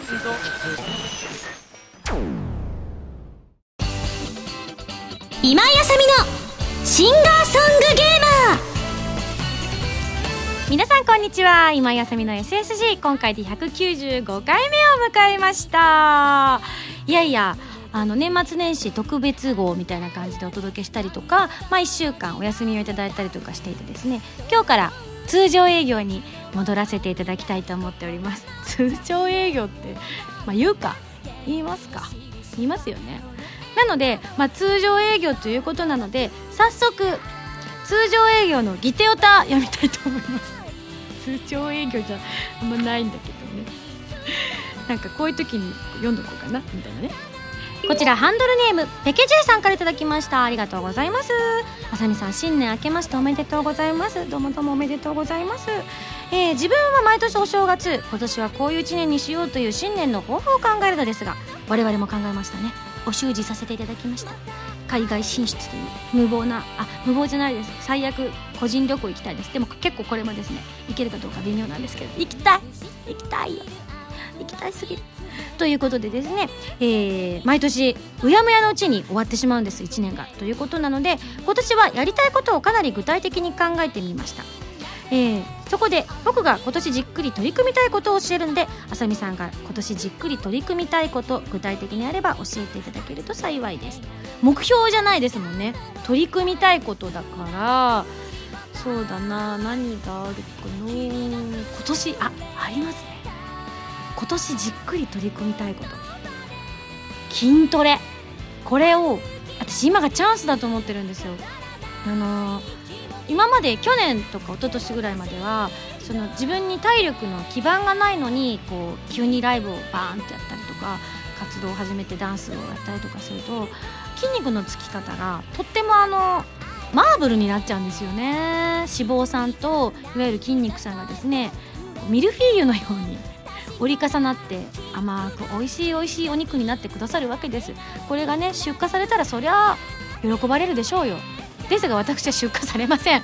今井あさみのシンガーソングゲーマー。皆さんこんにちは、今井あさみの SSG、 今回で195回目を迎えました。いやいや、年末年始特別号みたいな感じでお届けしたりとか、1週間お休みをいただいたりとかしていてですね、今日から通常営業に戻らせていただきたいと思っております。通常営業って、言いますよね。なので、通常営業ということなので、早速通常営業のギテオタ読みたいと思います。通常営業じゃあんまないんだけどねなんかこういう時に読んどこうかなみたいなね。こちらハンドルネームペケジェイさんからいただきました。ありがとうございます。あさみさん、新年明けましておめでとうございます。どうもどうもおめでとうございます。自分は毎年お正月、今年はこういう1年にしようという新年の抱負を考えるのですが、我々も考えましたね。お習字させていただきました。海外進出という無謀じゃないです。最悪個人旅行行きたいです。でも結構これもですね、行けるかどうか微妙なんですけど、行きたいよ、行きたいすぎるということでですね、毎年うやむやのうちに終わってしまうんです、1年が。ということなので、今年はやりたいことをかなり具体的に考えてみました。そこで僕が今年じっくり取り組みたいことを教えるので、あさみさんが今年じっくり取り組みたいこと、具体的にあれば教えていただけると幸いです。目標じゃないですもんね、取り組みたいことだから。そうだな、何があるかな。今年ありますね。今年じっくり取り組みたいこと、筋トレ。これを私今がチャンスだと思ってるんですよ。今まで去年とか一昨年ぐらいまでは、その自分に体力の基盤がないのにこう急にライブをバーンってやったりとか、活動を始めてダンスをやったりとかすると、筋肉のつき方がとってもマーブルになっちゃうんですよね。脂肪酸といわゆる筋肉さんがですね、ミルフィーユのように折り重なって甘く美味しいお肉になってくださるわけです。これがね、出荷されたらそりゃ喜ばれるでしょうよ。ですが私は出荷されません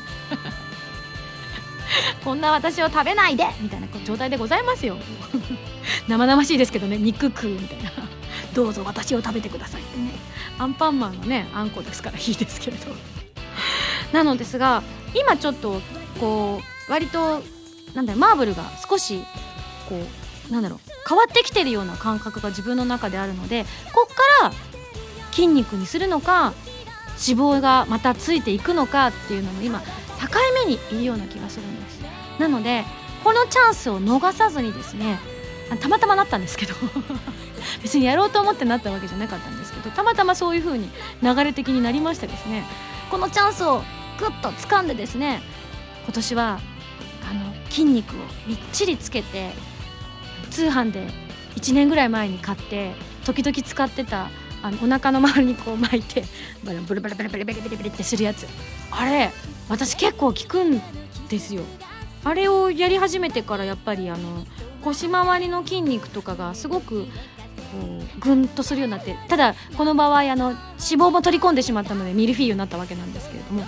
こんな私を食べないでみたいな状態でございますよ生々しいですけどね、肉食うみたいなどうぞ私を食べてくださいってね。アンパンマンのね、あんこですからいいですけれどなのですが、今ちょっとこう割とマーブルが少しこう変わってきてるような感覚が自分の中であるので、こっから筋肉にするのか脂肪がまたついていくのかっていうのも今境目にいるような気がするんです。なのでこのチャンスを逃さずにですね、たまたまなったんですけど別にやろうと思ってなったわけじゃなかったんですけど、たまたまそういう風に流れ的になりましてですね、このチャンスをグッと掴んでですね、今年は筋肉をみっちりつけて、通販で1年ぐらい前に買って時々使ってたお腹の周りにこう巻いてブルブルブルブルブルブルブルブルってするやつ、あれ私結構効くんですよ。あれをやり始めてからやっぱり腰回りの筋肉とかがすごくグンとするようになって、ただこの場合脂肪も取り込んでしまったのでミルフィーユになったわけなんですけれども、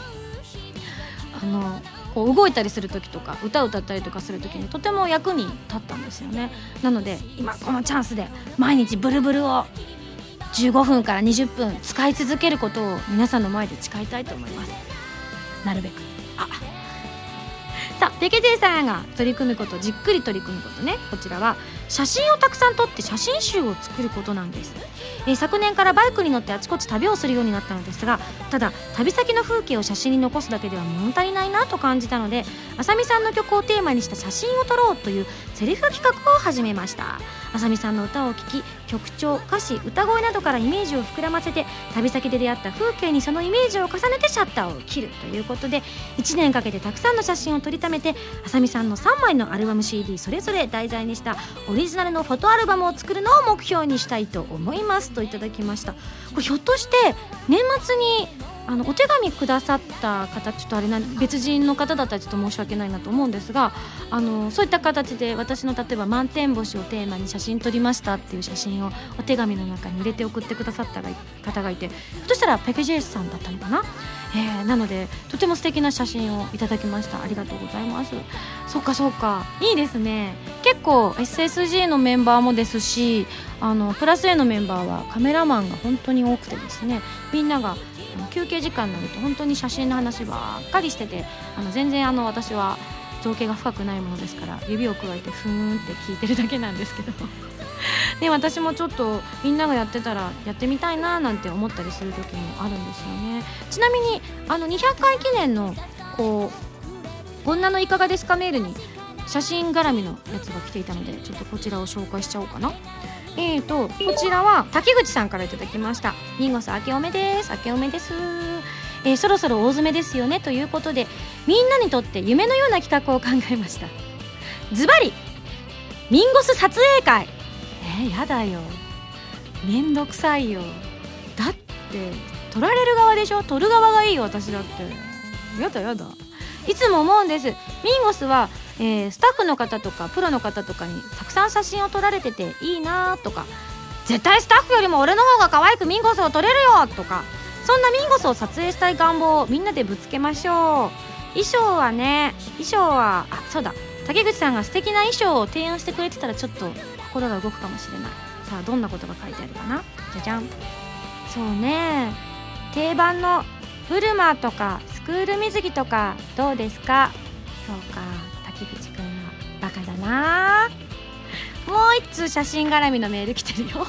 こう動いたりする時とか歌を歌ったりとかする時にとても役に立ったんですよね。なので今このチャンスで毎日ブルブルを15分から20分使い続けることを皆さんの前で誓いたいと思います。なるべく。さあ、ペケジェイさんが取り組むこと、じっくり取り組むことね、こちらは写真をたくさん撮って写真集を作ることなんです。昨年からバイクに乗ってあちこち旅をするようになったのですが、ただ旅先の風景を写真に残すだけでは物足りないなと感じたので、あさみさんの曲をテーマにした写真を撮ろうというセリフ企画を始めました。あさみさんの歌を聴き、曲調、歌詞、歌声などからイメージを膨らませて、旅先で出会った風景にそのイメージを重ねてシャッターを切るということで、1年かけてたくさんの写真を撮りためて、あさみさんの3枚のアルバム CD それぞれ題材にしたオリジナルのフォトアルバムを作るのを目標にしたいと思いますといただきました。これひょっとして年末にお手紙くださった方、ちょっとあれ別人の方だったらちょっと申し訳ないなと思うんですが、そういった形で私の例えば満天星をテーマに写真撮りましたっていう写真をお手紙の中に入れて送ってくださった方がいて、ひょっとしたらペケジェイスさんだったのかな、なのでとても素敵な写真をいただきました。ありがとうございます。そうかいいですね。結構 SSG のメンバーもですし、プラス A のメンバーはカメラマンが本当に多くてですね、みんなが休憩時間になると本当に写真の話ばっかりしてて、全然私は造形が深くないものですから指をくわえてふーんって聞いてるだけなんですけどで私もちょっとみんながやってたらやってみたいななんて思ったりする時もあるんですよね。ちなみに200回記念の女のいかがですかメールに写真絡みのやつが来ていたので、ちょっとこちらを紹介しちゃおうかな。こちらは滝口さんからいただきました。ミンゴス明けおめです。明けおめです。そろそろ大詰めですよねということで、みんなにとって夢のような企画を考えました。ズバリミンゴス撮影会。やだよ、めんどくさいよ。だって撮られる側でしょ、撮る側がいいよ私だって。やだいつも思うんです。ミンゴスはスタッフの方とかプロの方とかにたくさん写真を撮られてていいなとか、絶対スタッフよりも俺の方が可愛くミンゴスを撮れるよとか、そんなミンゴスを撮影したい願望をみんなでぶつけましょう。衣装はそうだ、竹口さんが素敵な衣装を提案してくれてたらちょっと心が動くかもしれない。さあどんなことが書いてあるかな。じゃじゃん。そうね、定番のブルマとかスクール水着とかどうですか。そうか、竹口くんはバカだな。もう一通写真絡みのメール来てるよ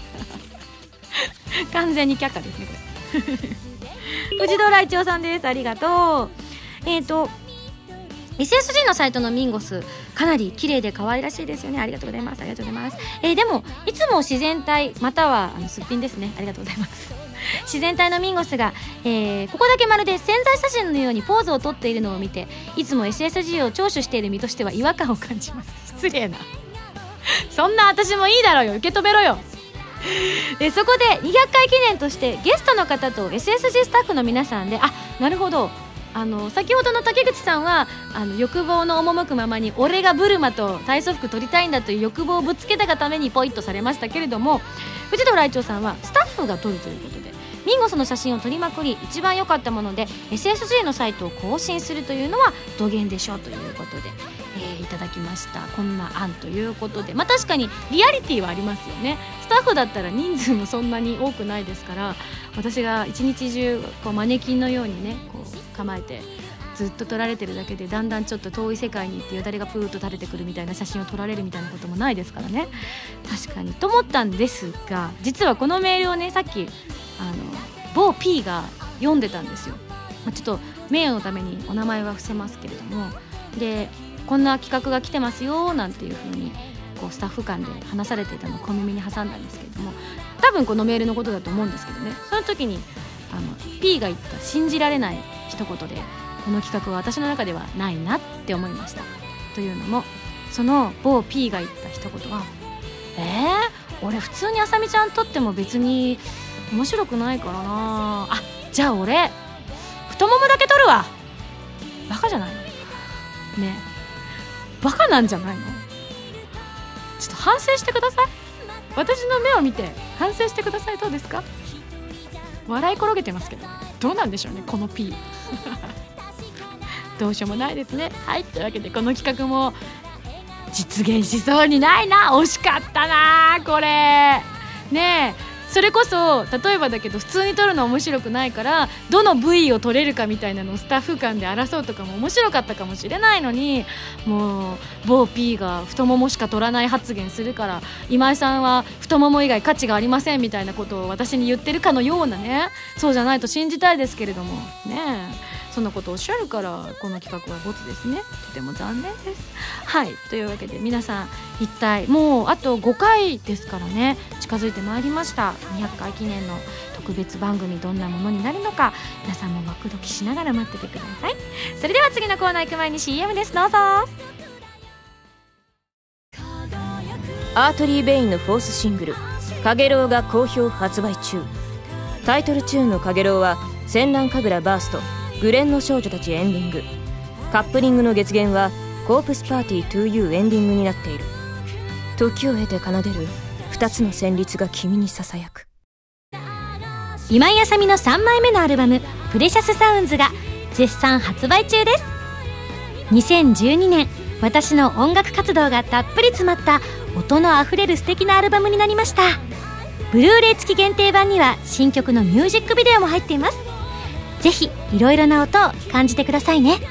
完全に却下ですねこれ藤戸来長さんです。ありがとう。SSG のサイトのミンゴスかなり綺麗で可愛らしいですよね。ありがとうございます。でもいつも自然体またはすっぴんですね。ありがとうございます自然体のミンゴスが、ここだけまるで宣材写真のようにポーズをとっているのを見て、いつも SSG を聴取している身としては違和感を感じます。失礼なそんな私もいいだろうよ、受け止めろよそこで200回記念としてゲストの方と SSG スタッフの皆さんで、なるほど、先ほどの竹口さんは欲望の赴くままに俺がブルマと体操服撮りたいんだという欲望をぶつけたがためにポイッとされましたけれども、藤戸来長さんはスタッフが撮るということでミンゴスの写真を撮りまくり、一番良かったもので SSG のサイトを更新するというのは土源でしょうということで、いただきました。こんな案ということで、確かにリアリティはありますよね。スタッフだったら人数もそんなに多くないですから、私が一日中マネキンのようにね構えてずっと撮られてるだけで、だんだんちょっと遠い世界に行ってよだれがプーッと垂れてくるみたいな写真を撮られるみたいなこともないですからね。確かにと思ったんですが、実はこのメールをね、さっき某 P が読んでたんですよ。ちょっと名誉のためにお名前は伏せますけれども、でこんな企画が来てますよなんていう風にスタッフ間で話されていたのを小耳に挟んだんですけれども、多分このメールのことだと思うんですけどね、その時にP が言った信じられない一言で、この企画は私の中ではないなって思いました。というのも、その某 P が言った一言は、俺普通にあさみちゃんとっても別に面白くないからな、じゃあ俺太ももだけ取るわ。バカじゃないのね。バカなんじゃないの。ちょっと反省してください。私の目を見て反省してください。どうですか。笑い転げてますけど、どうなんでしょうねこの P どうしようもないですね。はい、というわけでこの企画も実現しそうにないな。惜しかったなこれね。それこそ例えばだけど普通に撮るの面白くないから、どの部位を撮れるかみたいなのをスタッフ間で争うとかも面白かったかもしれないのに、もう某 P が太ももしか撮らない発言するから、今井さんは太もも以外価値がありませんみたいなことを私に言ってるかのようなね。そうじゃないと信じたいですけれどもね、そんなことをおっしゃるからこの企画はボツですね。とても残念です。はい、というわけで皆さん、一体もうあと5回ですからね、近づいてまいりました。200回記念の特別番組、どんなものになるのか皆さんもワクドキしながら待っててください。それでは次のコーナー行く前に CM です。どうぞ。 アートリー・ベインのフォースシングル「かげろう」が好評発売中。タイトルチューンのかげろうは戦乱神楽バーストグレンの少女たちエンディング、カップリングの月限はコープスパーティー 2U エンディングになっている。時を経て奏でる2つの旋律が君にささやく。 今井あさみの3枚目のアルバムプレシャスサウンズが絶賛発売中です。2012年私の音楽活動がたっぷり詰まった音のあふれる素敵なアルバムになりました。ブルーレイ付き限定版には新曲のミュージックビデオも入っています。ぜひいろいろな音を感じてくださいね。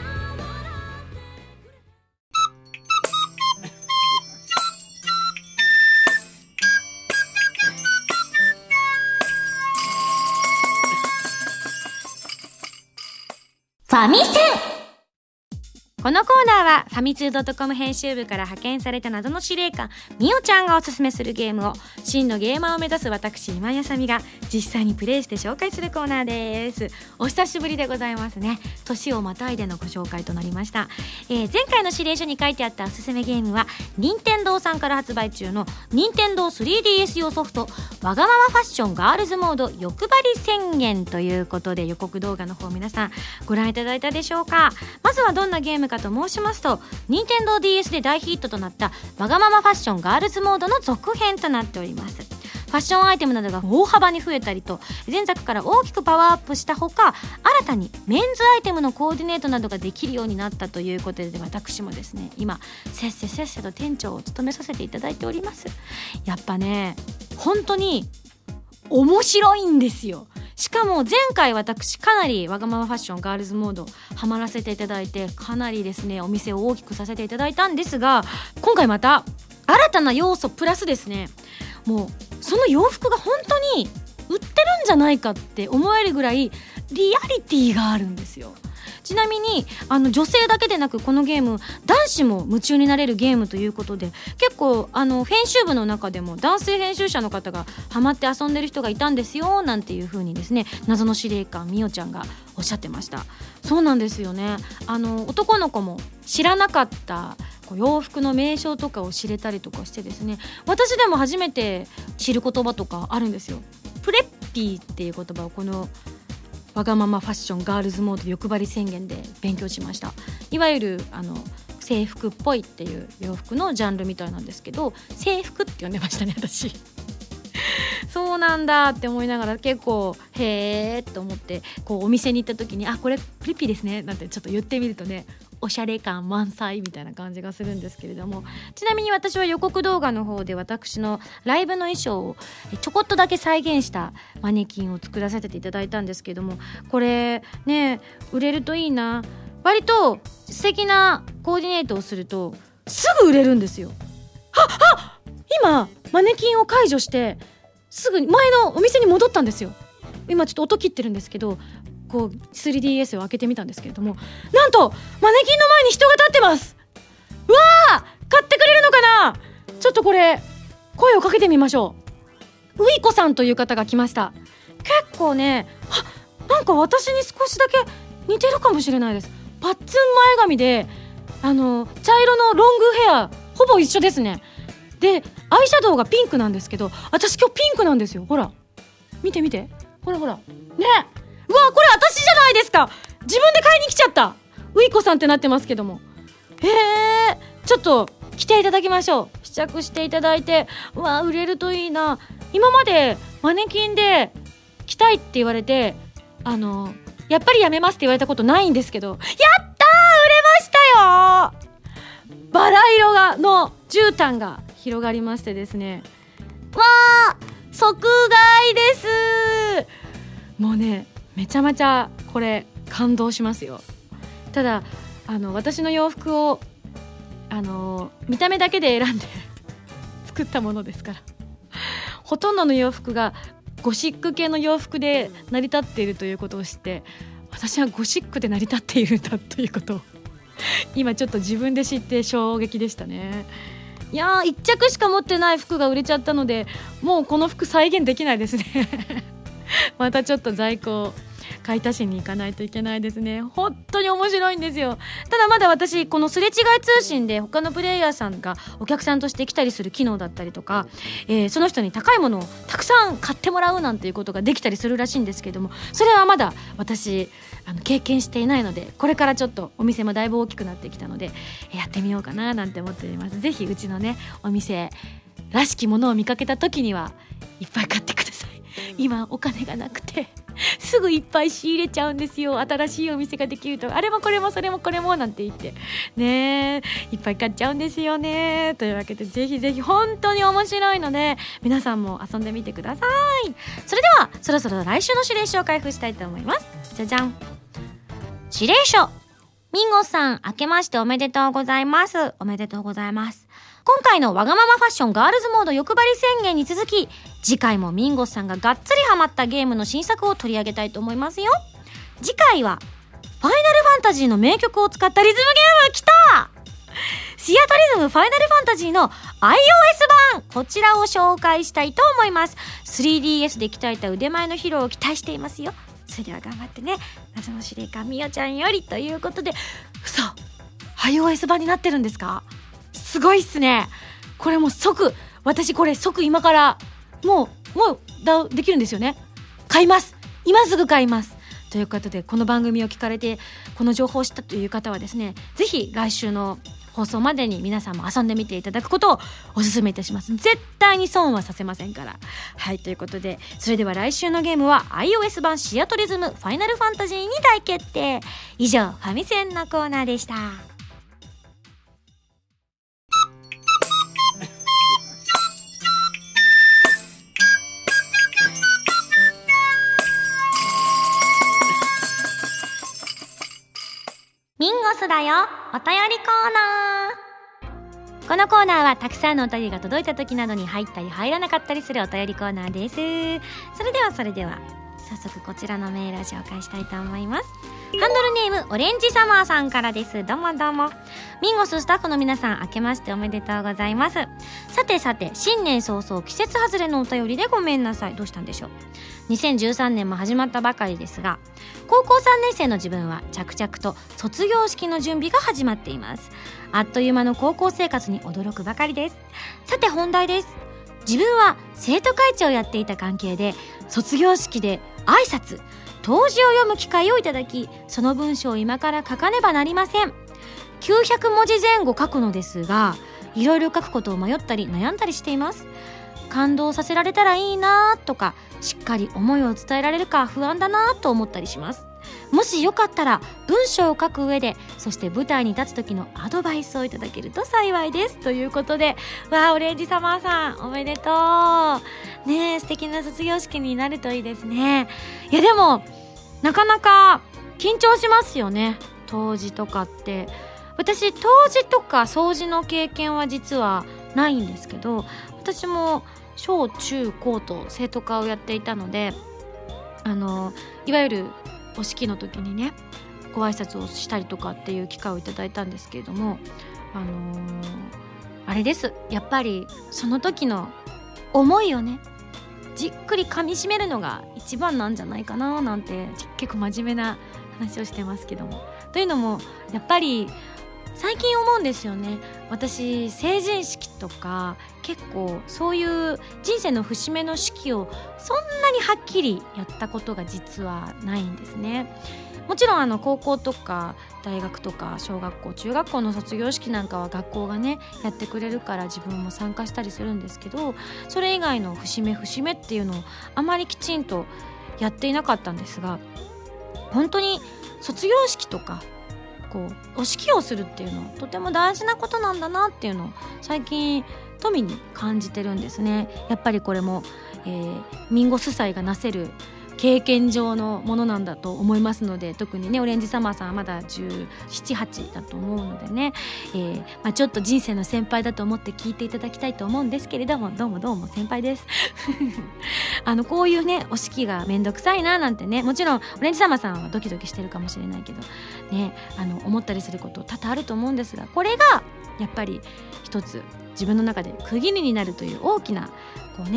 ファミセン。このコーナーはファミツー .com 編集部から派遣された謎の司令官みおちゃんがおすすめするゲームを真のゲーマーを目指す私今井あさみが実際にプレイして紹介するコーナーです。お久しぶりでございますね。年をまたいでのご紹介となりました。前回の指令書に書いてあったおすすめゲームは任天堂さんから発売中の任天堂 3DS 用ソフトわがままファッションガールズモード欲張り宣言ということで、予告動画の方皆さんご覧いただいたでしょうか。まずはどんなゲームかと申しますと、任天堂 DS で大ヒットとなったわがままファッションガールズモードの続編となっております。ファッションアイテムなどが大幅に増えたりと前作から大きくパワーアップしたほか、新たにメンズアイテムのコーディネートなどができるようになったということで、私もですね今せっせと店長を務めさせていただいております。やっぱね本当に面白いんですよ。しかも前回私かなりわがままファッションガールズモードハマらせていただいて、かなりですねお店を大きくさせていただいたんですが、今回また新たな要素プラスですね、もうその洋服が本当に売ってるんじゃないかって思えるぐらいリアリティがあるんですよ。ちなみに女性だけでなくこのゲーム男子も夢中になれるゲームということで、結構編集部の中でも男性編集者の方がハマって遊んでる人がいたんですよなんていう風にですね、謎の司令官みおちゃんがおっしゃってました。そうなんですよね。男の子も知らなかった洋服の名称とかを知れたりとかしてですね、私でも初めて知る言葉とかあるんですよ。プレッピーっていう言葉をこのわがままファッションガールズモード欲張り宣言で勉強しました。いわゆる制服っぽいっていう洋服のジャンルみたいなんですけど、制服って呼んでましたね私そうなんだって思いながら結構へーって思って、お店に行った時にこれプレッピーですねなんてちょっと言ってみるとね、おしゃれ感満載みたいな感じがするんですけれども、ちなみに私は予告動画の方で私のライブの衣装をちょこっとだけ再現したマネキンを作らせていただいたんですけども、これね売れるといいな。割と素敵なコーディネートをするとすぐ売れるんですよ。今マネキンを解除してすぐ前のお店に戻ったんですよ。今ちょっと音切ってるんですけど、3DS を開けてみたんですけれども、なんとマネキンの前に人が立ってます。うわー、買ってくれるのかな。ちょっとこれ声をかけてみましょう。ういこさんという方が来ました。結構ねなんか私に少しだけ似てるかもしれないです。パッツン前髪で茶色のロングヘアほぼ一緒ですね。でアイシャドウがピンクなんですけど、私今日ピンクなんですよ。ほら見てほらね、うわこれ私じゃないですか。自分で買いに来ちゃった。ういこさんってなってますけども、ちょっと着ていただきましょう。試着していただいて、うわ売れるといいな。今までマネキンで着たいって言われてやっぱりやめますって言われたことないんですけど、やったー売れましたよ。バラ色の絨毯が広がりましてですね、わー即買いです。もうねめちゃめちゃこれ感動しますよ。ただ私の洋服を見た目だけで選んで作ったものですから、ほとんどの洋服がゴシック系の洋服で成り立っているということを知って、私はゴシックで成り立っているんだということを今ちょっと自分で知って衝撃でしたね。いやー1着しか持ってない服が売れちゃったので、もうこの服再現できないですねまたちょっと在庫を買い足しに行かないといけないですね。本当に面白いんですよ。ただまだ私このすれ違い通信で他のプレイヤーさんがお客さんとして来たりする機能だったりとか、その人に高いものをたくさん買ってもらうなんていうことができたりするらしいんですけども、それはまだ私経験していないので、これからちょっとお店もだいぶ大きくなってきたのでやってみようかななんて思っております。ぜひうちのねお店らしきものを見かけた時にはいっぱい買ってください。今お金がなくてすぐいっぱい仕入れちゃうんですよ。新しいお店ができるとあれもこれもそれもこれもなんて言ってね、いっぱい買っちゃうんですよね。というわけでぜひぜひ本当に面白いので皆さんも遊んでみてください。それではそろそろ来週の指令書を開封したいと思います。じゃじゃん。指令書。ミンゴスさん、明けましておめでとうございます。おめでとうございます。今回のわがままファッションガールズモード欲張り宣言に続き、次回もミンゴスさんががっつりハマったゲームの新作を取り上げたいと思いますよ。次回はファイナルファンタジーの名曲を使ったリズムゲーム。きたシアトリズムファイナルファンタジーの iOS 版、こちらを紹介したいと思います。 3DS で鍛えた腕前の披露を期待していますよ。それでは頑張ってね。謎の司令官みおちゃんよりということで、嘘 iOS 版になってるんですか？すごいっすね。これもう私これ即今からもうできるんですよね。買います。今すぐ買います。ということでこの番組を聞かれてこの情報を知ったという方はですね、ぜひ来週の放送までに皆さんも遊んでみていただくことをお勧めいたします。絶対に損はさせませんから。はい、ということでそれでは来週のゲームは iOS 版シアトリズムファイナルファンタジーに大決定。以上ファミセンのコーナーでした。ミンゴスだよお便りコーナー。このコーナーはたくさんのお便りが届いた時などに入ったり入らなかったりするお便りコーナーです。それでは早速こちらのメールを紹介したいと思います。ハンドルネームオレンジサマーさんからです。どうもどうも。ミンゴススタッフの皆さん、明けましておめでとうございます。さて新年早々季節外れのお便りでごめんなさい。どうしたんでしょう。2013年も始まったばかりですが、高校3年生の自分は着々と卒業式の準備が始まっています。あっという間の高校生活に驚くばかりです。さて本題です。自分は生徒会長をやっていた関係で、卒業式で挨拶、答辞を読む機会をいただき、その文章を今から書かねばなりません。900文字前後書くのですが、いろいろ書くことを迷ったり悩んだりしています。感動させられたらいいなとか、しっかり思いを伝えられるか不安だなと思ったりします。もしよかったら文章を書く上で、そして舞台に立つ時のアドバイスをいただけると幸いです。ということで、オレンジサマーさんおめでとうね。え素敵な卒業式になるといいですね。いやでもなかなか緊張しますよね、答辞とかって。私答辞とか掃除の経験は実はないんですけど、私も小中高と生徒会をやっていたので、いわゆるお式の時にねご挨拶をしたりとかっていう機会をいただいたんですけれども、あれです、やっぱりその時の思いをねじっくり噛み締めるのが一番なんじゃないかななんて結構真面目な話をしてますけども。というのもやっぱり最近思うんですよね。私成人式とか結構そういう人生の節目の式をそんなにはっきりやったことが実はないんですね。もちろん高校とか大学とか小学校中学校の卒業式なんかは学校がねやってくれるから自分も参加したりするんですけど、それ以外の節目っていうのをあまりきちんとやっていなかったんですが、本当に卒業式とかお式をするっていうのはとても大事なことなんだなっていうのを最近富に感じてるんですね。やっぱりこれも、ミンゴス祭がなせる経験上のものなんだと思いますので、特にねオレンジサマーさんはまだ17、8だと思うのでね、ちょっと人生の先輩だと思って聞いていただきたいと思うんですけれども、どうも先輩ですこういうねお式がめんどくさいななんてね、もちろんオレンジサマーさんはドキドキしてるかもしれないけどね、思ったりすること多々あると思うんですが、これがやっぱり一つ自分の中で区切りになるという大きな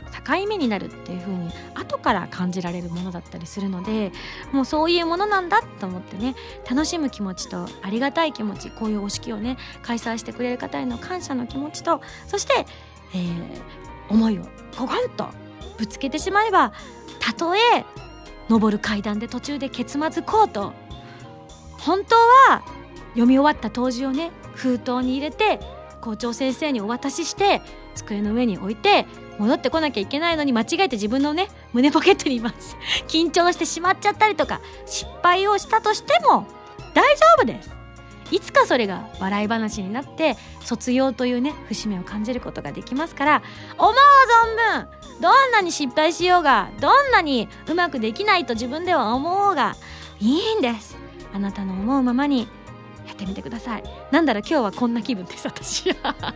境目になるっていう風に後から感じられるものだったりするので、もうそういうものなんだと思ってね、楽しむ気持ちとありがたい気持ち、こういうお式をね開催してくれる方への感謝の気持ちと、そして、思いをゴゴンとぶつけてしまえば、たとえ登る階段で途中でケツまずこうと、本当は読み終わった答辞をね封筒に入れて校長先生にお渡しして机の上に置いて戻ってこなきゃいけないのに、間違えて自分のね胸ポケットに緊張してしまっちゃったりとか失敗をしたとしても大丈夫です。いつかそれが笑い話になって卒業というね節目を感じることができますから、思う存分どんなに失敗しようが、どんなにうまくできないと自分では思おうがいいんです。あなたの思うままにやってみてください。なんだろう、今日はこんな気分です私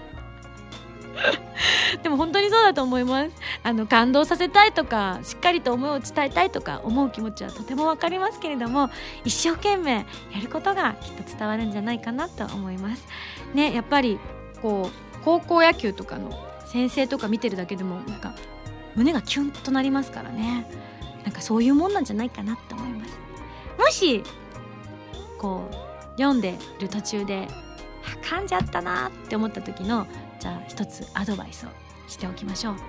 でも本当にそうだと思います。感動させたいとかしっかりと思いを伝えたいとか思う気持ちはとてもわかりますけれども、一生懸命やることがきっと伝わるんじゃないかなと思いますね。やっぱりこう高校野球とかの先生とか見てるだけでもなんか胸がキュンとなりますからね。なんかそういうもんなんじゃないかなと思います。もしこう読んでる途中で噛んじゃったなって思った時の、じゃあ一つアドバイスをしておきましょう。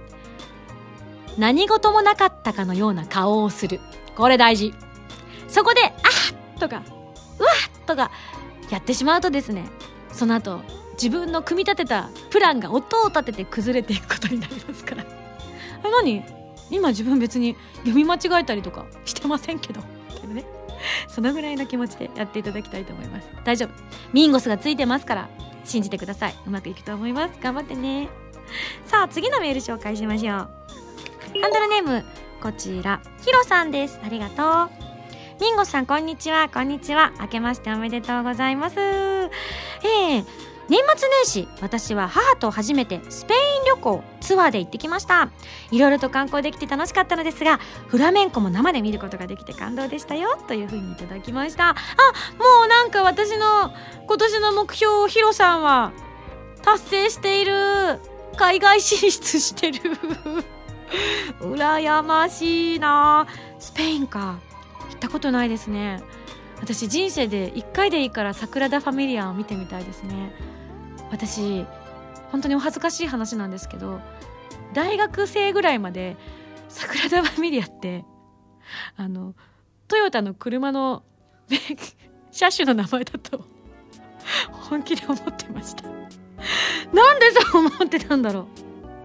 何事もなかったかのような顔をする、これ大事。そこであっとかうわっとかやってしまうとですね、その後自分の組み立てたプランが音を立てて崩れていくことになりますから何今自分別に読み間違えたりとかしてませんけどね、そのぐらいの気持ちでやっていただきたいと思います。大丈夫、ミンゴスがついてますから信じてください。うまくいくと思います。頑張ってね。さあ次のメール紹介しましょう。ハンドルネームこちらヒロさんです。ありがとう。ミンゴスさんこんにちは。こんにちは。明けましておめでとうございます。年末年始、私は母と初めてスペイン旅行ツアーで行ってきました。いろいろと観光できて楽しかったのですが、フラメンコも生で見ることができて感動でしたよ、というふうにいただきました。もうなんか私の今年の目標をヒロさんは達成している。海外進出してる羨ましいな。スペインか、行ったことないですね。私人生で1回でいいからサグラダ・ファミリアを見てみたいですね。私本当にお恥ずかしい話なんですけど、大学生ぐらいまでサグラダ・ファミリアってトヨタの車の車種の名前だと本気で思ってました。なんでそう思ってたんだろ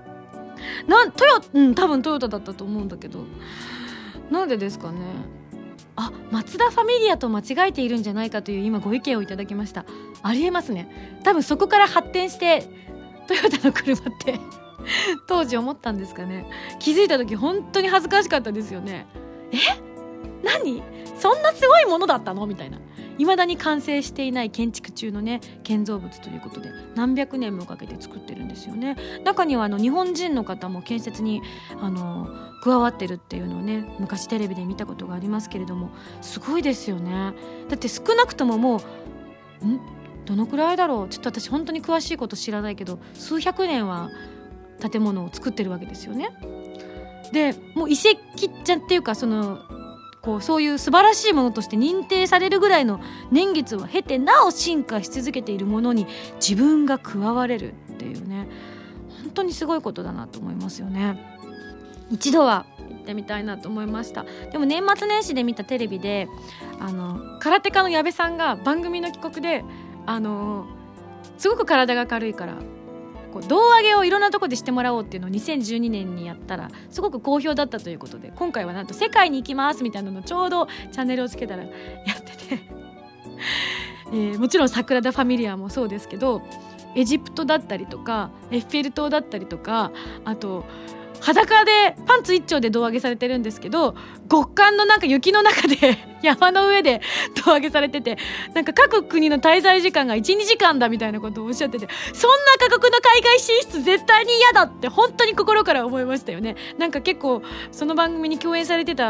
う。多分トヨタだったと思うんだけど、なんでですかね。マツダファミリアと間違えているんじゃないかという今ご意見をいただきました。ありえますね。多分そこから発展してトヨタの車って当時思ったんですかね。気づいた時本当に恥ずかしかったですよね。何そんなすごいものだったのみたいな。未だに完成していない建築中のね建造物ということで、何百年もかけて作ってるんですよね。中には日本人の方も建設に加わってるっていうのをね、昔テレビで見たことがありますけれども、すごいですよね。だって少なくとももうどのくらいだろう、ちょっと私本当に詳しいこと知らないけど、数百年は建物を作ってるわけですよね。でもう遺跡じゃっていうか、そういう素晴らしいものとして認定されるぐらいの年月を経てなお進化し続けているものに自分が加われるっていうね、本当にすごいことだなと思いますよね。一度は行ってみたいなと思いました。でも年末年始で見たテレビで空手家の矢部さんが番組の企画ですごく体が軽いから胴上げをいろんなとこでしてもらおうっていうのを2012年にやったらすごく好評だったということで、今回はなんと世界に行きますみたいなのをちょうどチャンネルをつけたらやっててもちろんサグラダ・ファミリアもそうですけど、エジプトだったりとかエッフェル塔だったりとか、あと裸でパンツ一丁で胴上げされてるんですけど、極寒のなんか雪の中で山の上で胴上げされてて、なんか各国の滞在時間が 1,2 時間だみたいなことをおっしゃってて、そんな過酷な海外進出絶対に嫌だって本当に心から思いましたよね。なんか結構その番組に共演されてた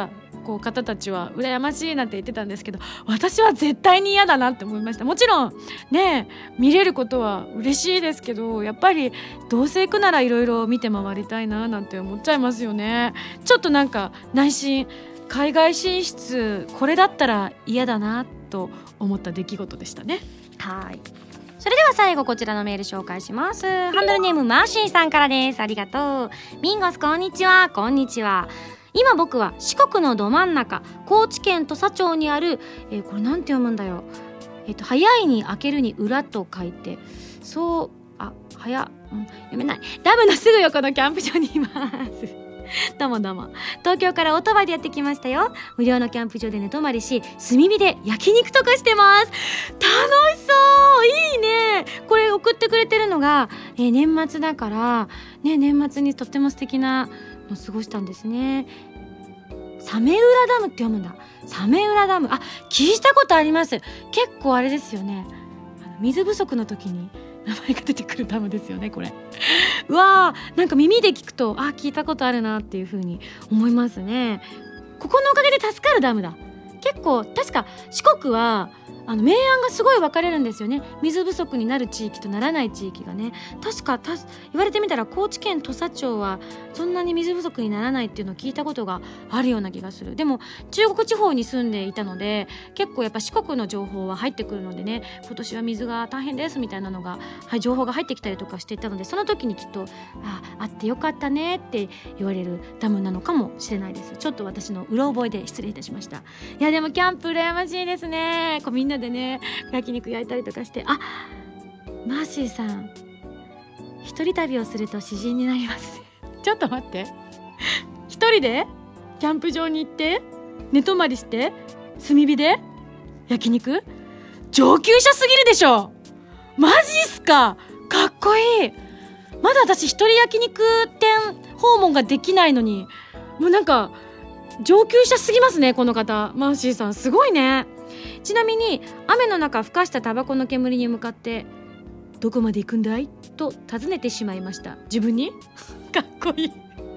こう方たちは羨ましいなんて言ってたんですけど、私は絶対に嫌だなって思いました。もちろんね見れることは嬉しいですけど、やっぱりどうせ行くならいろいろ見て回りたいななんて思っちゃいますよね。ちょっとなんか内心海外進出これだったら嫌だなと思った出来事でしたね。はい、それでは最後こちらのメール紹介します。ハンドルネームマーシーさんからです。ありがとう。ミンゴスこんにちは。こんにちは。今僕は四国のど真ん中、高知県土佐町にある、これなんて読むんだよ、早いに開けるに裏と書いて、読めない、ダムのすぐ横のキャンプ場にいますどうもどうも。東京からオートバイでやってきましたよ。無料のキャンプ場で寝泊まりし、炭火で焼肉とかしてます。楽しそう、いいね。これ送ってくれてるのが、年末だからね、年末にとっても素敵なの過ごしたんですね。サメ浦ダムって読むんだ。サメ浦ダム、聞いたことあります。結構あれですよね、水不足の時に名前が出てくるダムですよねこれうわー、なんか耳で聞くと聞いたことあるなっていう風に思いますね。ここのおかげで助かるダムだ。結構確か四国は明暗がすごい分かれるんですよね。水不足になる地域とならない地域がね。確か言われてみたら高知県土佐町はそんなに水不足にならないっていうのを聞いたことがあるような気がする。でも中国地方に住んでいたので結構やっぱ四国の情報は入ってくるのでね、今年は水が大変ですみたいなのが、情報が入ってきたりとかしていたので、その時にきっとあってよかったねって言われるダムなのかもしれないです。ちょっと私のうろ覚えで失礼いたしました。いやでもキャンプ羨ましいですね。こうみんなでね焼肉焼いたりとかして。マーシーさん一人旅をすると詩人になりますちょっと待って、一人でキャンプ場に行って寝泊まりして炭火で焼肉、上級者すぎるでしょ。マジっすか、かっこいい。まだ私一人焼肉店訪問ができないのに、もうなんか上級者すぎますねこの方。マーシーさんすごいね。ちなみに雨の中ふかしたタバコの煙に向かってどこまで行くんだいと尋ねてしまいました。自分にかっこいい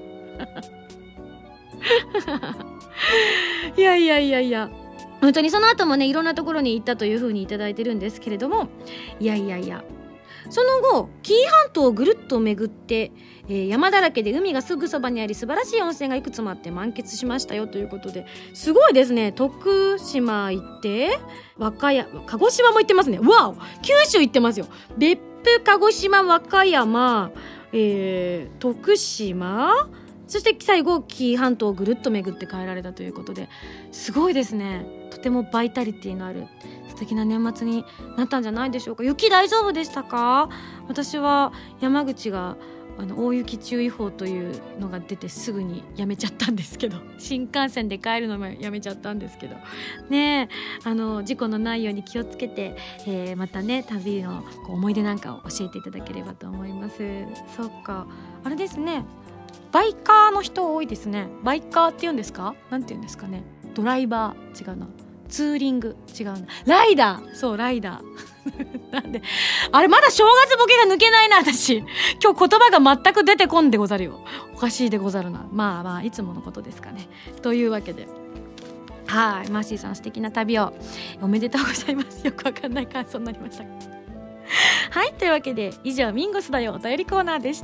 いや本当にその後もねいろんなところに行ったというふうにいただいてるんですけれども、その後紀伊半島をぐるっと巡って、山だらけで海がすぐそばにあり素晴らしい温泉がいくつもあって満喫しましたよということで、すごいですね。徳島行って和歌山、鹿児島も行ってますね。わお、九州行ってますよ。別府、鹿児島、和歌山、徳島、そして最後紀伊半島をぐるっと巡って帰られたということで、すごいですね。とてもバイタリティのある素敵な年末になったんじゃないでしょうか。雪大丈夫でしたか？私は山口が大雪注意報というのが出てすぐにやめちゃったんですけど、新幹線で帰るのもやめちゃったんですけどね。事故のないように気をつけて、またね旅の思い出なんかを教えていただければと思います。そっか、あれですね、バイカーの人多いですね。バイカーって言うんですか、なんて言うんですかね。ドライバー違うな、ツーリング違うな、ライダー、そうライダーなんであれ、まだ正月ボケが抜けないな私。今日言葉が全く出てこんでござるよ。おかしいでござるな。まあいつものことですかね。というわけで、はい、マーシーさん素敵な旅をおめでとうございます。よくわかんない感想になりましたはい、というわけで以上ミンゴスだよお便りコーナーでした。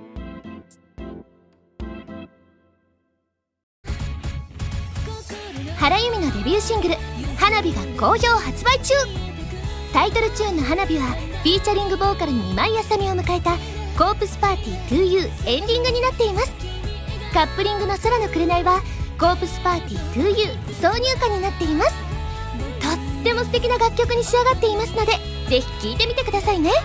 原由美のデビューシングル「花火」が好評発売中。タイトルチューンの「花火」はフィーチャリングボーカルに今井あさみを迎えた「コープスパーティー 2U」エンディングになっています。カップリングの「空の紅」はコープスパーティー 2U 挿入歌になっています。とっても素敵な楽曲に仕上がっていますのでぜひ聴いてみてくださいね。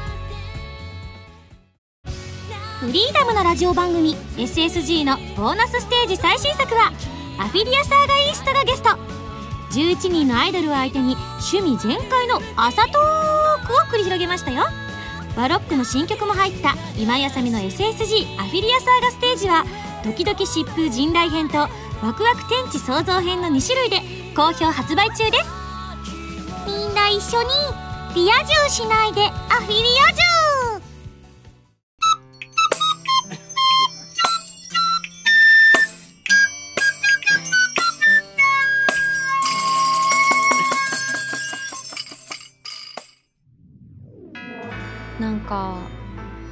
フリーダムのラジオ番組 SSG のボーナスステージ最新作はアフィリアサーガイーストがゲスト。11人のアイドルを相手に趣味全開の朝トークを繰り広げましたよ。バロックの新曲も入った今井あさみの SSG アフィリアサーガステージはドキドキ疾風陣雷編とワクワク天地創造編の2種類で好評発売中です。みんな一緒にリア充しないでアフィリア充。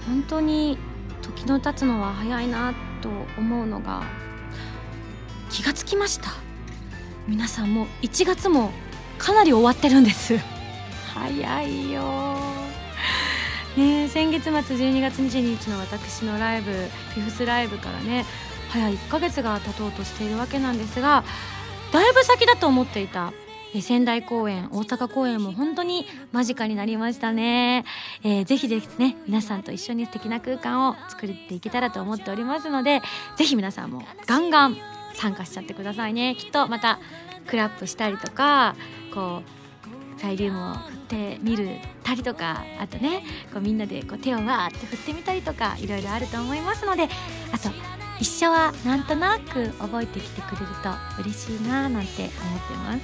本当に時の経つのは早いなと思うのが気がつきました。皆さんもう1月もかなり終わってるんです。早いよね。先月末12月22日の私のライブフィフスライブからね早1ヶ月が経とうとしているわけなんですが、だいぶ先だと思っていた仙台公演、大阪公演も本当に間近になりましたね。ぜひぜひですね、皆さんと一緒に素敵な空間を作っていけたらと思っておりますので、ぜひ皆さんもガンガン参加しちゃってくださいね。きっとまたクラップしたりとか、こうサイリウムを振ってみるたりとか、あとねこうみんなでこう手をわーって振ってみたりとか、いろいろあると思いますので、あと一緒はなんとなく覚えてきてくれると嬉しいななんて思ってます。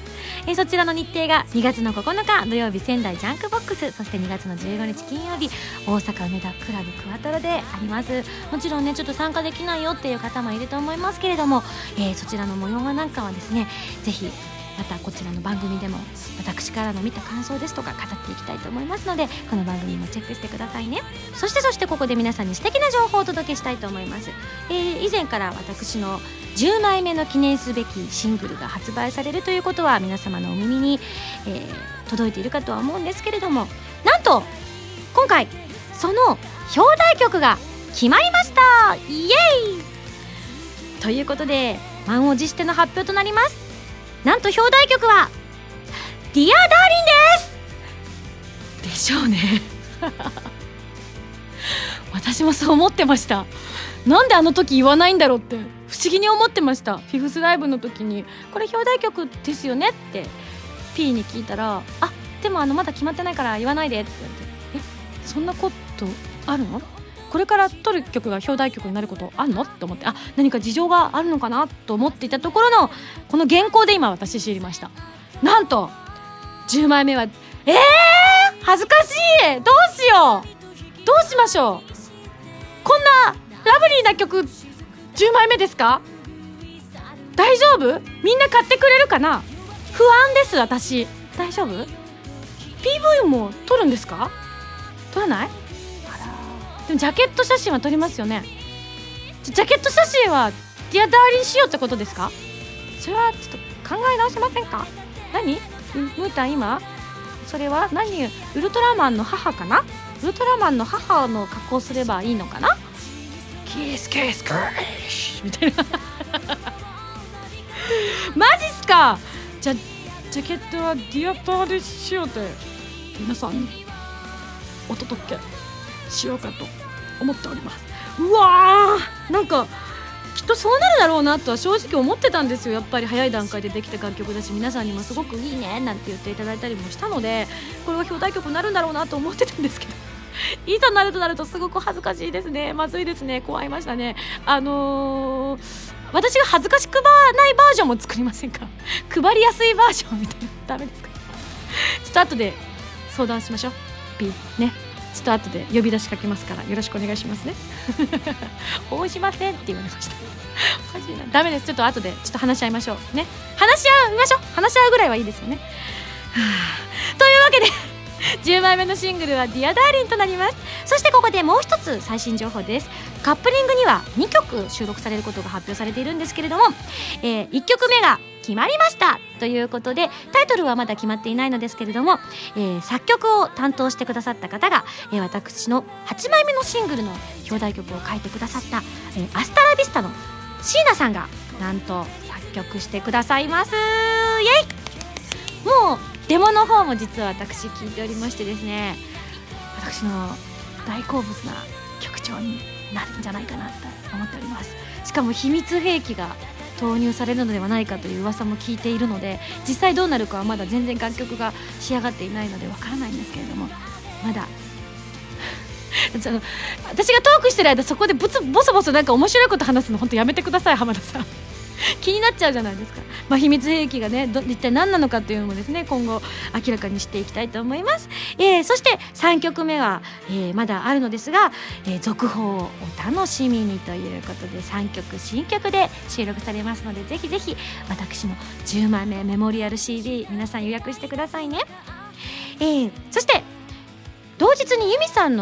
そちらの日程が2月の9日土曜日仙台ジャンクボックス、そして2月の15日金曜日大阪梅田クラブクワトロであります。もちろんねちょっと参加できないよっていう方もいると思いますけれども、そちらの模様なんかはですね、ぜひまたこちらの番組でも私からの見た感想ですとか語っていきたいと思いますので、この番組もチェックしてくださいね。そしてここで皆さんに素敵な情報をお届けしたいと思います。以前から私の10枚目の記念すべきシングルが発売されるということは皆様のお耳に、届いているかとは思うんですけれども、なんと今回その表題曲が決まりました。イエイということで満を持しての発表となります。なんと表題曲はディアダーリンですでしょうね私もそう思ってました。なんであの時言わないんだろうって不思議に思ってました。フィフスライブの時にこれ表題曲ですよねって P に聞いたら、あでもまだ決まってないから言わないでって言われて、そんなことあるの、これから撮る曲が表題曲になることあるのって思って、何か事情があるのかなと思っていたところのこの原稿で今私知りました。なんと10枚目は恥ずかしい、どうしよう、どうしましょう、こんなラブリーな曲10枚目ですか、大丈夫、みんな買ってくれるかな、不安です私。大丈夫、 PV も撮るんですか、撮らない、でもジャケット写真は撮りますよね。ジャケット写真はディアダーリンしようってことですか。それはちょっと考え直しませんか。何ムータン今それは何、ウルトラマンの母かな、ウルトラマンの母の格好すればいいのかな、キスキスクラッシュみたいなマジっすか。じゃあジャケットはディアダーリンしようって皆さんにお届けしようかと思っております。うわー、なんかきっとそうなるだろうなとは正直思ってたんですよ。やっぱり早い段階でできた楽曲だし、皆さんにもすごくいいねなんて言っていただいたりもしたので、これは表題曲になるんだろうなと思ってたんですけどいざなるとすごく恥ずかしいですね。まずいですね、怖いましたね。私が恥ずかしくないバージョンも作りませんか配りやすいバージョンみたいな、ダメですかちょっと後で相談しましょう。 P ね、ちょっと後で呼び出しかけますからよろしくお願いしますね応じませんって言われましたおかしいな、ダメです。ちょっと後でちょっと話し合いましょうね。話し合うぐらいはいいですよね。というわけで10枚目のシングルはディアダーリンとなります。そしてここでもう一つ最新情報です。カップリングには2曲収録されることが発表されているんですけれども、1曲目が決まりましたということで、タイトルはまだ決まっていないのですけれども、作曲を担当してくださった方が、私の8枚目のシングルの表題曲を書いてくださった、アスタラビスタの椎名さんがなんと作曲してくださいます。イエイ。もうデモの方も実は私聞いておりましてですね、私の大好物な曲調になるんじゃないかなと思っております。しかも秘密兵器が投入されるのではないかという噂も聞いているので、実際どうなるかはまだ全然楽曲が仕上がっていないのでわからないんですけれども、まだ私がトークしてる間そこでボソボソなんか面白いこと話すの本当やめてください浜田さん気になっちゃうじゃないですか。秘密兵器がね一体何なのかというのもですね、今後明らかにしていきたいと思います。そして3曲目は、まだあるのですが、続報をお楽しみにということで3曲新曲で収録されますので、ぜひぜひ私の10枚目メモリアル CD 皆さん予約してくださいね。そして同日にユミさんの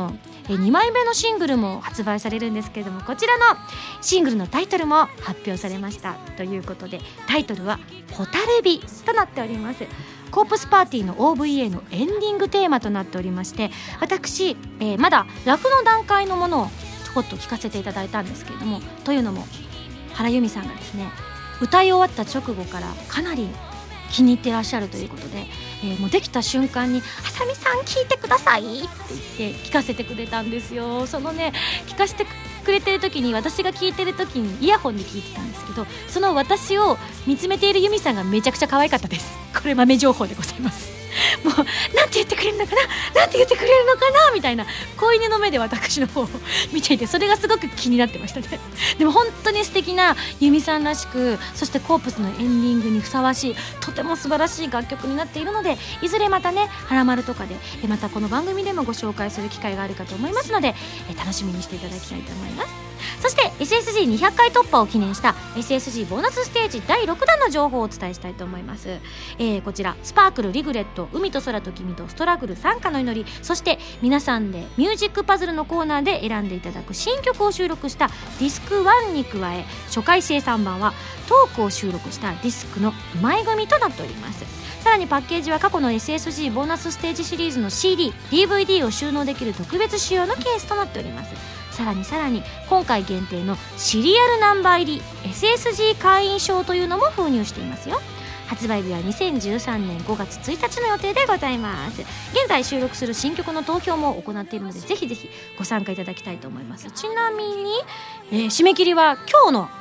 2枚目のシングルも発売されるんですけれども、こちらのシングルのタイトルも発表されましたということで、タイトルは蛍火となっております。コープスパーティーの OVA のエンディングテーマとなっておりまして、私、まだ楽の段階のものをちょこっと聞かせていただいたんですけれども、というのも原由美さんがですね、歌い終わった直後からかなり気に入ってらっしゃるということで、もうできた瞬間にあさみさん聞いてくださいって言って聞かせてくれたんですよ。そのね、聞かせてくれてる時に、私が聞いてる時にイヤホンで聞いてたんですけど、その私を見つめている由美さんがめちゃくちゃ可愛かったです。これ豆情報でございます。もうなんて言ってくれるのかな、なんて言ってくれるのかなみたいな子犬の目で私の方を見ていて、それがすごく気になってましたね。でも本当に素敵な由美さんらしく、そしてコープスのエンディングにふさわしいとても素晴らしい楽曲になっているので、いずれまたね、はらまるとかでまたこの番組でもご紹介する機会があるかと思いますので、楽しみにしていただきたいと思います。そして SSG200 回突破を記念した SSG ボーナスステージ第6弾の情報をお伝えしたいと思います。こちらスパークル、リグレット、海と空と君とストラグル、参加の祈り、そして皆さんでミュージックパズルのコーナーで選んでいただく新曲を収録したディスク1に加え、初回生産版はトークを収録したディスクの2枚組となっております。さらにパッケージは過去の SSG ボーナスステージシリーズの CD、DVD を収納できる特別仕様のケースとなっております。さらに今回限定のシリアルナンバー入り SSG 会員証というのも封入していますよ。発売日は2013年5月1日の予定でございます。現在収録する新曲の投票も行っているので、ぜひぜひご参加いただきたいと思います。ちなみに、締め切りは今日の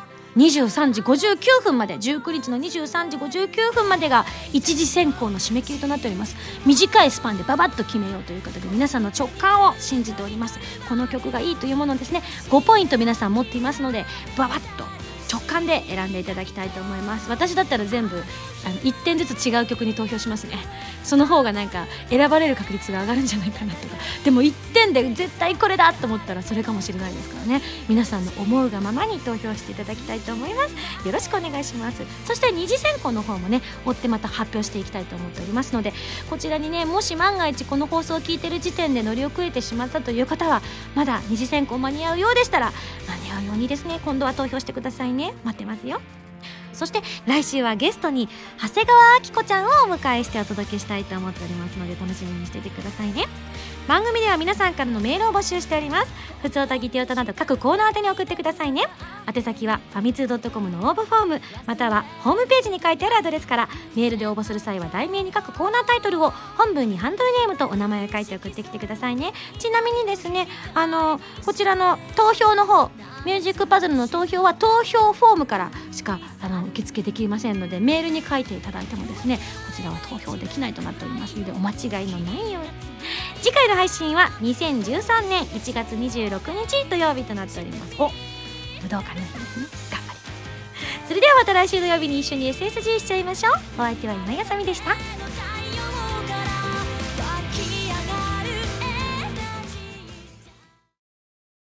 23時59分まで、19日の23時59分までが一次選考の締め切りとなっております。短いスパンでババッと決めようということで、皆さんの直感を信じております。この曲がいいというものをですね、5ポイント皆さん持っていますので、ババッと直感で選んでいただきたいと思います。私だったら全部1点ずつ違う曲に投票しますね。その方がなんか選ばれる確率が上がるんじゃないかなとか、でも1点で絶対これだと思ったらそれかもしれないですからね。皆さんの思うがままに投票していただきたいと思います。よろしくお願いします。そして二次選考の方もね、追ってまた発表していきたいと思っておりますので、こちらにね、もし万が一この放送を聞いてる時点で乗り遅れてしまったという方は、まだ二次選考間に合うようでしたら、間に合うようにですね、今度は投票してくださいね。待ってますよ。そして来週はゲストに長谷川明子ちゃんをお迎えしてお届けしたいと思っておりますので、楽しみにしていてくださいね。番組では皆さんからのメールを募集しております。ふつおたぎておたなど各コーナー宛てに送ってくださいね。宛先はファミツー .com の応募フォーム、またはホームページに書いてあるアドレスから。メールで応募する際は題名に書くコーナータイトルを、本文にハンドルネームとお名前を書いて送ってきてくださいね。ちなみにですね、こちらの投票の方、ミュージックパズルの投票は投票フォームからしか受付できませんので、メールに書いていただいてもですね、こちらは投票できないとなっておりますので、お間違いのないように。次回の配信は2013年1月26日土曜日となっております。武道館の日ですね。頑張ります。それではまた来週土曜日に一緒に SSG しちゃいましょう。お相手は今やさみでした。